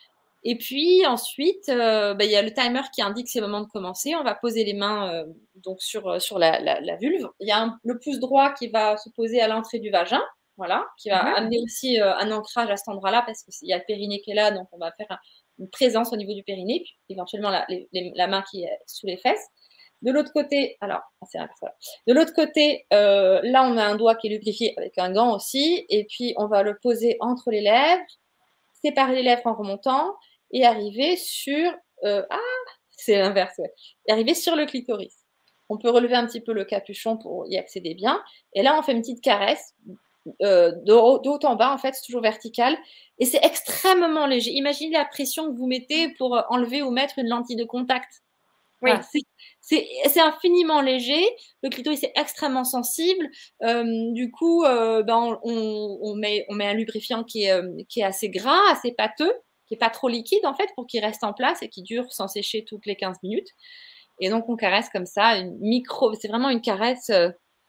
Et puis ensuite, euh, bah, il y a le timer qui indique c'est le moment de commencer. On va poser les mains euh, donc sur, sur la, la, la vulve. Il y a un, le pouce droit qui va se poser à l'entrée du vagin, voilà, qui va Mhm. amener aussi euh, un ancrage à cet endroit-là parce qu'il y a le périnée qui est là, donc on va faire un, une présence au niveau du périnée, puis éventuellement la, les, les, la main qui est sous les fesses. De l'autre côté, alors, c'est un peu ça. De l'autre côté, euh, là on a un doigt qui est lubrifié avec un gant aussi, et puis on va le poser entre les lèvres, séparer les lèvres en remontant et arriver sur euh, ah c'est l'inverse ouais. Et arriver sur le clitoris. On peut relever un petit peu le capuchon pour y accéder bien. Et là, on fait une petite caresse euh, de haut de haut en bas, en fait, c'est toujours vertical. Et c'est extrêmement léger. Imaginez la pression que vous mettez pour enlever ou mettre une lentille de contact. Oui. Voilà, c'est infiniment léger. Le clitoris est extrêmement sensible. Euh, du coup, euh, ben, on, on, met, on met un lubrifiant qui est, euh, qui est assez gras, assez pâteux, qui n'est pas trop liquide en fait, pour qu'il reste en place et qui dure sans sécher toutes les quinze minutes. Et donc, on caresse comme ça, une micro. C'est vraiment une caresse. Euh,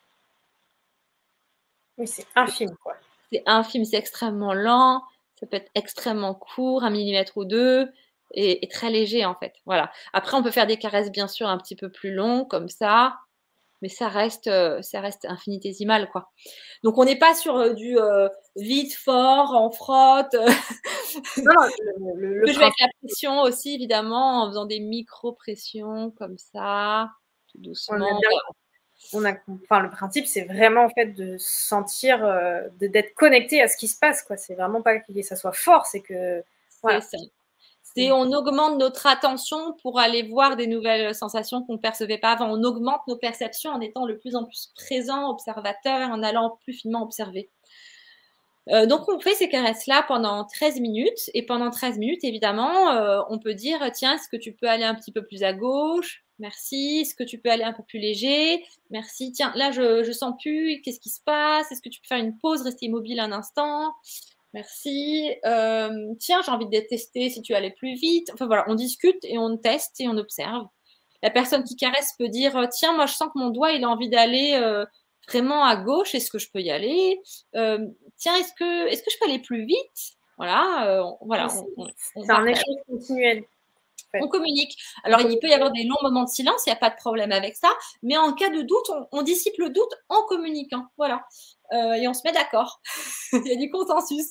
oui, c'est infime, quoi. C'est infime, c'est extrêmement lent. Ça peut être extrêmement court, un millimètre ou deux. Et, et très léger en fait. Voilà. Après, on peut faire des caresses bien sûr un petit peu plus longues comme ça, mais ça reste, euh, ça reste infinitésimal quoi. Donc on n'est pas sur euh, du euh, vite, fort, on frotte. Non, non, le, le, le Je vais avec la pression aussi évidemment en faisant des micro-pressions comme ça, tout doucement. On a, enfin, le principe, c'est vraiment en fait de sentir, euh, d'être connecté à ce qui se passe. Quoi. C'est vraiment pas que ça soit fort, c'est que voilà. C'est on augmente notre attention pour aller voir des nouvelles sensations qu'on ne percevait pas avant. On augmente nos perceptions en étant de plus en plus présent, observateur, en allant plus finement observer. Euh, donc, on fait ces caresses-là pendant treize minutes. Et pendant treize minutes, évidemment, euh, on peut dire, tiens, est-ce que tu peux aller un petit peu plus à gauche? Merci. Est-ce que tu peux aller un peu plus léger? Merci. Tiens, là, je ne sens plus. Qu'est-ce qui se passe? Est-ce que tu peux faire une pause, rester immobile un instant? Merci. Euh, tiens, j'ai envie de tester si tu allais plus vite. Enfin voilà, on discute et on teste et on observe. La personne qui caresse peut dire, tiens, moi je sens que mon doigt il a envie d'aller euh, vraiment à gauche. Est-ce que je peux y aller? euh, Tiens, est-ce que est-ce que je peux aller plus vite? Voilà, euh, voilà. C'est un échange continuel. En fait. On communique. Alors, il peut y avoir des longs moments de silence, il n'y a pas de problème avec ça. Mais en cas de doute, on, on dissipe le doute en communiquant. Voilà. Euh, et on se met d'accord. Il y a du consensus.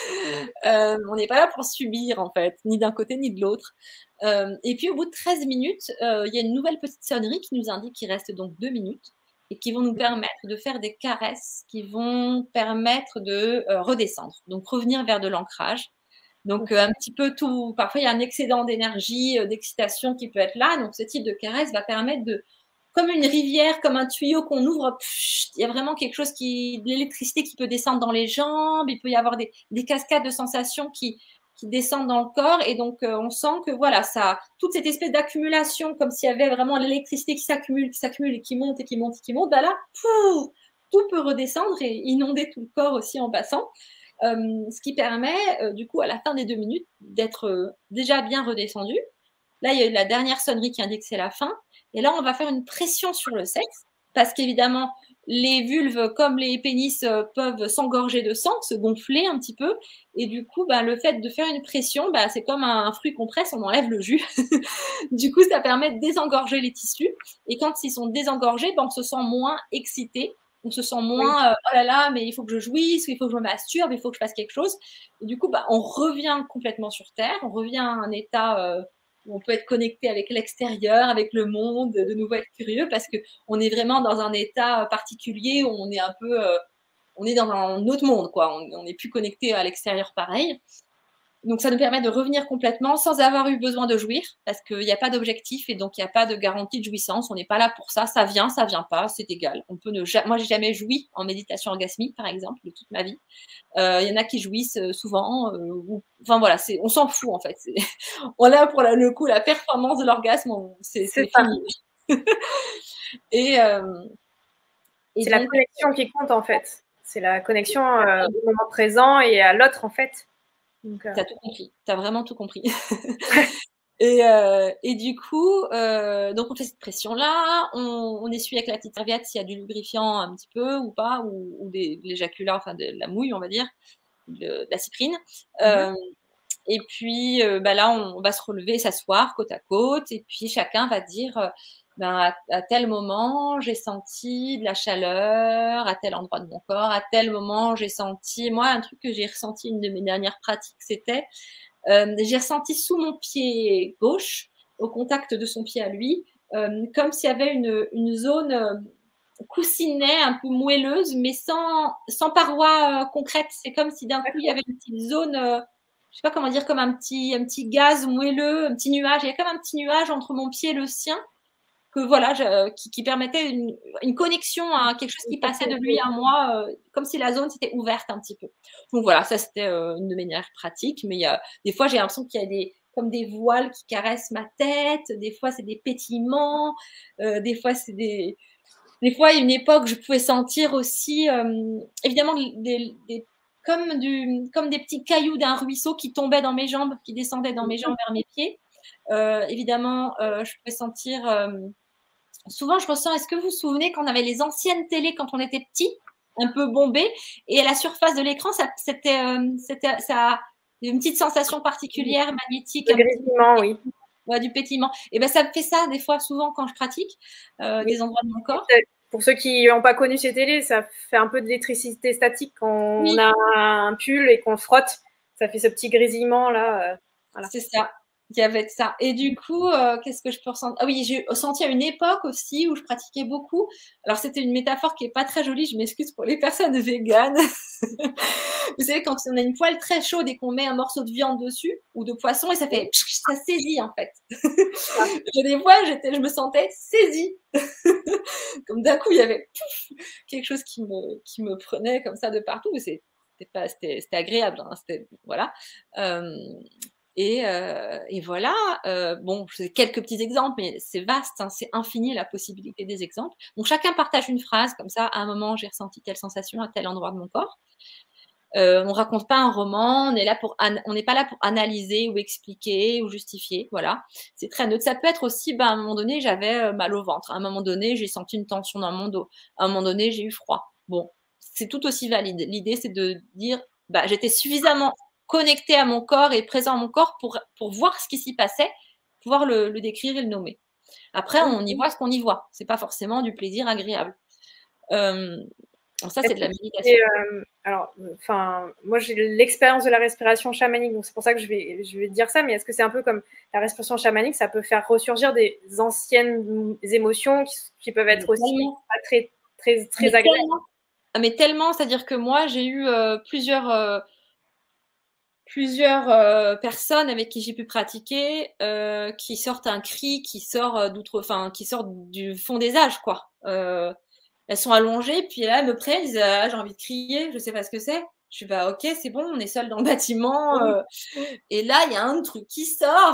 Euh, on n'est pas là pour subir, en fait, ni d'un côté ni de l'autre. Euh, et puis, au bout de treize minutes, euh, il y a une nouvelle petite sonnerie qui nous indique qu'il reste donc deux minutes et qui vont nous permettre de faire des caresses qui vont permettre de euh, redescendre, donc revenir vers de l'ancrage. Donc, euh, un petit peu tout. Parfois, il y a un excédent d'énergie, euh, d'excitation qui peut être là. Donc, ce type de caresse va permettre de, comme une rivière, comme un tuyau qu'on ouvre, pff, il y a vraiment quelque chose qui, de l'électricité qui peut descendre dans les jambes. Il peut y avoir des, des cascades de sensations qui, qui descendent dans le corps. Et donc, euh, on sent que voilà, ça, toute cette espèce d'accumulation, comme s'il y avait vraiment l'électricité qui s'accumule, qui s'accumule et qui monte et qui monte et qui monte. Ben là, pouf, tout peut redescendre et inonder tout le corps aussi en passant. Euh, ce qui permet, euh, du coup, à la fin des deux minutes, d'être euh, déjà bien redescendu. Là, il y a eu la dernière sonnerie qui indique que c'est la fin. Et là, on va faire une pression sur le sexe, parce qu'évidemment, les vulves, comme les pénis, euh, peuvent s'engorger de sang, se gonfler un petit peu. Et du coup, bah, le fait de faire une pression, bah, c'est comme un, un fruit qu'on presse, on enlève le jus. Du coup, ça permet de désengorger les tissus. Et quand ils sont désengorgés, bah, on se sent moins excité. On se sent moins, oui. euh, oh là là, mais il faut que je jouisse, il faut que je me masturbe, il faut que je fasse quelque chose. Et du coup, bah, on revient complètement sur Terre, on revient à un état euh, où on peut être connecté avec l'extérieur, avec le monde, de nouveau être curieux, parce qu'on est vraiment dans un état particulier où on est un peu, euh, on est dans un autre monde, quoi. On n'est plus connecté à l'extérieur pareil. Donc, ça nous permet de revenir complètement sans avoir eu besoin de jouir, parce qu'il n'y a pas d'objectif et donc il n'y a pas de garantie de jouissance. On n'est pas là pour ça. Ça vient, ça vient pas, c'est égal. On peut ne ja... Moi, j'ai jamais joui en méditation orgasmique, par exemple, de toute ma vie. Il euh, y en a qui jouissent souvent. Euh, ou... Enfin voilà, on s'en fout en fait. On a pour la, le coup la performance de l'orgasme, c'est fini. et euh... c'est la connexion qui compte en fait. C'est la connexion euh, au moment présent et à l'autre en fait. Donc, euh... T'as tout compris, t'as vraiment tout compris. et, euh, et du coup, euh, donc on fait cette pression-là, on, on essuie avec la petite serviette s'il y a du lubrifiant un petit peu ou pas, ou, ou des, de l'éjaculat, enfin de la mouille, on va dire, de, de la cyprine. Mm-hmm. euh, et puis euh, bah là, on, on va se relever, s'asseoir côte à côte, et puis chacun va dire... Ben, à, à tel moment, j'ai senti de la chaleur, à tel endroit de mon corps, à tel moment, j'ai senti... Moi, un truc que j'ai ressenti, une de mes dernières pratiques, c'était... Euh, j'ai ressenti sous mon pied gauche, au contact de son pied à lui, euh, comme s'il y avait une, une zone euh, coussinée, un peu moelleuse, mais sans, sans paroi euh, concrète. C'est comme si d'un coup, il y avait une petite zone... Euh, je sais pas comment dire, comme un petit, un petit gaz moelleux, un petit nuage. Il y a comme un petit nuage entre mon pied et le sien. que voilà, je, qui, qui permettait une, une connexion à quelque chose qui passait de lui à moi, euh, comme si la zone s'était ouverte un petit peu. Donc voilà, ça c'était euh, une de mes manières pratiques, mais il y a, des fois j'ai l'impression qu'il y a des, comme des voiles qui caressent ma tête, des fois c'est des pétillements, euh, des fois c'est des... Des fois, à une époque, je pouvais sentir aussi, euh, évidemment, des, des, comme, du, comme des petits cailloux d'un ruisseau qui tombaient dans mes jambes, qui descendaient dans mes jambes vers mes pieds. Euh, évidemment, euh, je pouvais sentir... Euh, souvent, je ressens, est-ce que vous vous souvenez quand on avait les anciennes télés quand on était petit, un peu bombées, et à la surface de l'écran, ça, c'était, euh, c'était, ça une petite sensation particulière, magnétique. Le grésillement, oui. Ouais, du pétillement. Et ben ça me fait ça des fois, souvent quand je pratique euh, oui. des endroits de mon corps. Pour ceux qui n'ont pas connu ces télés, ça fait un peu d'électricité statique quand oui. on a un pull et qu'on frotte. Ça fait ce petit grésillement là. Euh, voilà. C'est ça. Il y avait ça. Et du coup, euh, qu'est-ce que je peux ressentir? Ah oui, j'ai senti à une époque aussi où je pratiquais beaucoup. Alors, c'était une métaphore qui n'est pas très jolie. Je m'excuse pour les personnes véganes. Vous savez, quand on a une poêle très chaude et qu'on met un morceau de viande dessus ou de poisson et ça fait, ça saisit en fait. Des fois, j'étais, je me sentais saisie. Comme d'un coup, il y avait pouf, quelque chose qui me, qui me prenait comme ça de partout. C'était pas, c'était, c'était agréable. Hein, c'était, voilà. Euh, Et, euh, et voilà, euh, bon, c'est quelques petits exemples, mais c'est vaste, hein, c'est infini la possibilité des exemples. Donc chacun partage une phrase, comme ça, à un moment, j'ai ressenti telle sensation à tel endroit de mon corps. Euh, on raconte pas un roman, on est là pour, on n'est pas là pour analyser ou expliquer ou justifier, voilà. C'est très neutre. Ça peut être aussi, ben, à un moment donné, j'avais mal au ventre. À un moment donné, j'ai senti une tension dans mon dos. À un moment donné, j'ai eu froid. Bon, c'est tout aussi valide. L'idée, c'est de dire, bah, j'étais suffisamment connecté à mon corps et présent à mon corps pour, pour voir ce qui s'y passait, pouvoir le, le décrire et le nommer. Après, on y voit ce qu'on y voit. C'est pas forcément du plaisir agréable. Euh, ça, c'est de la méditation. Euh, alors, enfin, moi, j'ai l'expérience de la respiration chamanique, donc c'est pour ça que je vais, je vais dire ça, mais est-ce que c'est un peu comme la respiration chamanique, ça peut faire ressurgir des anciennes émotions qui, qui peuvent être mais aussi pas très, très, très mais agréables tellement, Mais tellement, c'est-à-dire que moi, j'ai eu euh, plusieurs... Euh, plusieurs euh, personnes avec qui j'ai pu pratiquer euh, qui sortent un cri qui sort d'outre, enfin qui sort du fond des âges quoi. Euh, elles sont allongées puis là elles me prennent, elles disent ah, j'ai envie de crier, je sais pas ce que c'est. Je suis bah ok c'est bon, on est seul dans le bâtiment euh, et là il y a un truc qui sort.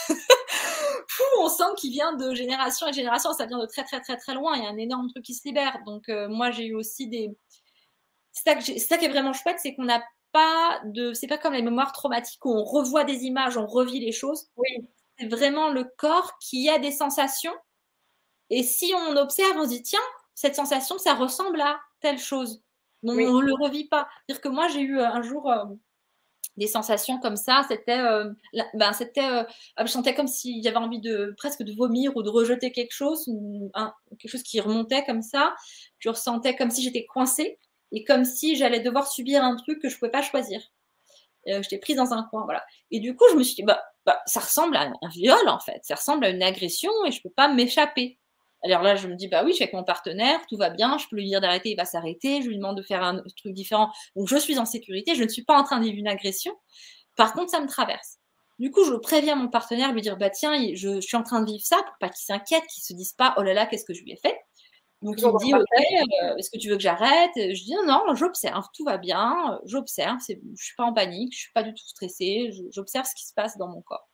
Fou, on sent qu'il vient de génération et génération, ça vient de très très très très loin. Il y a un énorme truc qui se libère. Donc euh, moi j'ai eu aussi des, c'est ça, que c'est ça qui est vraiment chouette, c'est qu'on a pas de, c'est pas comme les mémoires traumatiques où on revoit des images, on revit les choses. Oui. C'est vraiment le corps qui a des sensations. Et si on observe, on se dit tiens, cette sensation, ça ressemble à telle chose. Donc oui. On ne le revit pas. C'est-à-dire que moi, j'ai eu un jour euh, des sensations comme ça. C'était, euh, ben, c'était, euh, je sentais comme s'il y avait envie de presque de vomir ou de rejeter quelque chose, ou un, quelque chose qui remontait comme ça. Je ressentais comme si j'étais coincée. Et comme si j'allais devoir subir un truc que je ne pouvais pas choisir. Euh, J'étais prise dans un coin, voilà. Et du coup, je me suis dit, bah, bah, ça ressemble à un viol, en fait. Ça ressemble à une agression et je ne peux pas m'échapper. Alors là, je me dis, bah oui, je suis avec mon partenaire, tout va bien, je peux lui dire d'arrêter, il va s'arrêter, je lui demande de faire un truc différent. Donc, je suis en sécurité, je ne suis pas en train de vivre une agression. Par contre, ça me traverse. Du coup, je préviens mon partenaire, lui dire, bah tiens, je, je suis en train de vivre ça pour pas qu'il s'inquiète, qu'il se dise pas, oh là là, qu'est-ce que je lui ai fait. Donc, il me dit, ok, euh, est-ce que tu veux que j'arrête? Je dis, non, non, j'observe, tout va bien, j'observe, je ne suis pas en panique, je ne suis pas du tout stressée, j'observe ce qui se passe dans mon corps.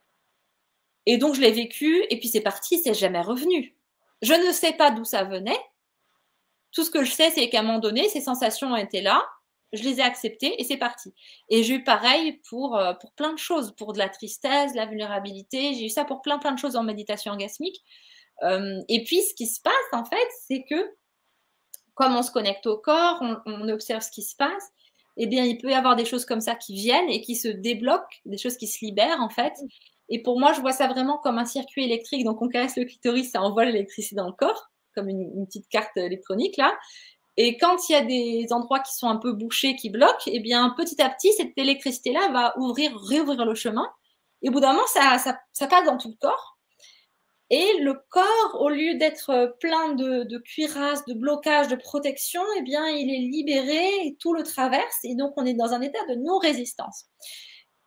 Et donc, je l'ai vécu, et puis c'est parti, c'est jamais revenu. Je ne sais pas d'où ça venait. Tout ce que je sais, c'est qu'à un moment donné, ces sensations étaient là, je les ai acceptées, et c'est parti. Et j'ai eu pareil pour, pour plein de choses, pour de la tristesse, de la vulnérabilité, j'ai eu ça pour plein, plein de choses en méditation orgasmique. Euh, et puis, ce qui se passe, en fait, c'est que comme on se connecte au corps, on, on observe ce qui se passe, eh bien, il peut y avoir des choses comme ça qui viennent et qui se débloquent, des choses qui se libèrent, en fait. Et pour moi, je vois ça vraiment comme un circuit électrique. Donc, on caresse le clitoris, ça envoie l'électricité dans le corps, comme une, une petite carte électronique, là. Et quand il y a des endroits qui sont un peu bouchés, qui bloquent, eh bien, petit à petit, cette électricité-là va ouvrir, réouvrir le chemin. Et au bout d'un moment, ça, ça, ça passe dans tout le corps. Et le corps, au lieu d'être plein de, de cuirasses, de blocages, de protection, eh bien, il est libéré et tout le traverse. Et donc, on est dans un état de non-résistance.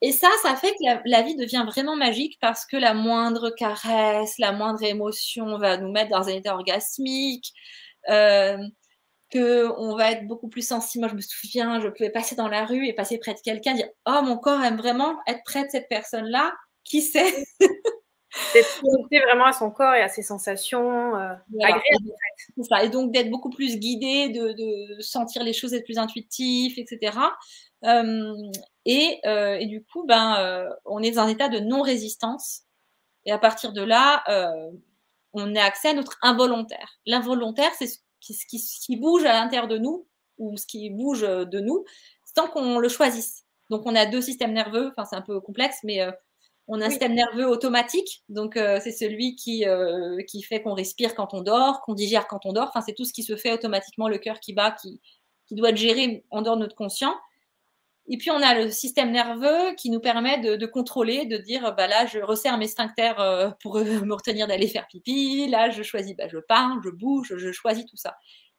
Et ça, ça fait que la, la vie devient vraiment magique parce que la moindre caresse, la moindre émotion va nous mettre dans un état orgasmique, euh, qu'on va être beaucoup plus sensible. Moi, je me souviens, je pouvais passer dans la rue et passer près de quelqu'un, dire « Oh, mon corps aime vraiment être près de cette personne-là, qui sait ?» D'être connecté vraiment à son corps et à ses sensations euh, Voilà. agréables. Et, ça. Et donc, d'être beaucoup plus guidé, de, de sentir les choses, être plus intuitif, et cetera. Euh, et, euh, et du coup, ben, euh, on est dans un état de non-résistance. Et à partir de là, euh, on a accès à notre involontaire. L'involontaire, c'est ce qui, ce, qui, ce qui bouge à l'intérieur de nous, ou ce qui bouge de nous, sans qu'on le choisisse. Donc, on a deux systèmes nerveux, enfin, c'est un peu complexe, mais euh, on a un oui. système nerveux automatique, donc euh, c'est celui qui, euh, qui fait qu'on respire quand on dort, qu'on digère quand on dort, enfin, c'est tout ce qui se fait automatiquement, le cœur qui bat, qui, qui doit être géré en dehors de notre conscient. Et puis, on a le système nerveux qui nous permet de, de contrôler, de dire, bah là, je resserre mes sphincters pour me retenir d'aller faire pipi. Là, je choisis, bah, je parle, je bouge, je choisis tout ça.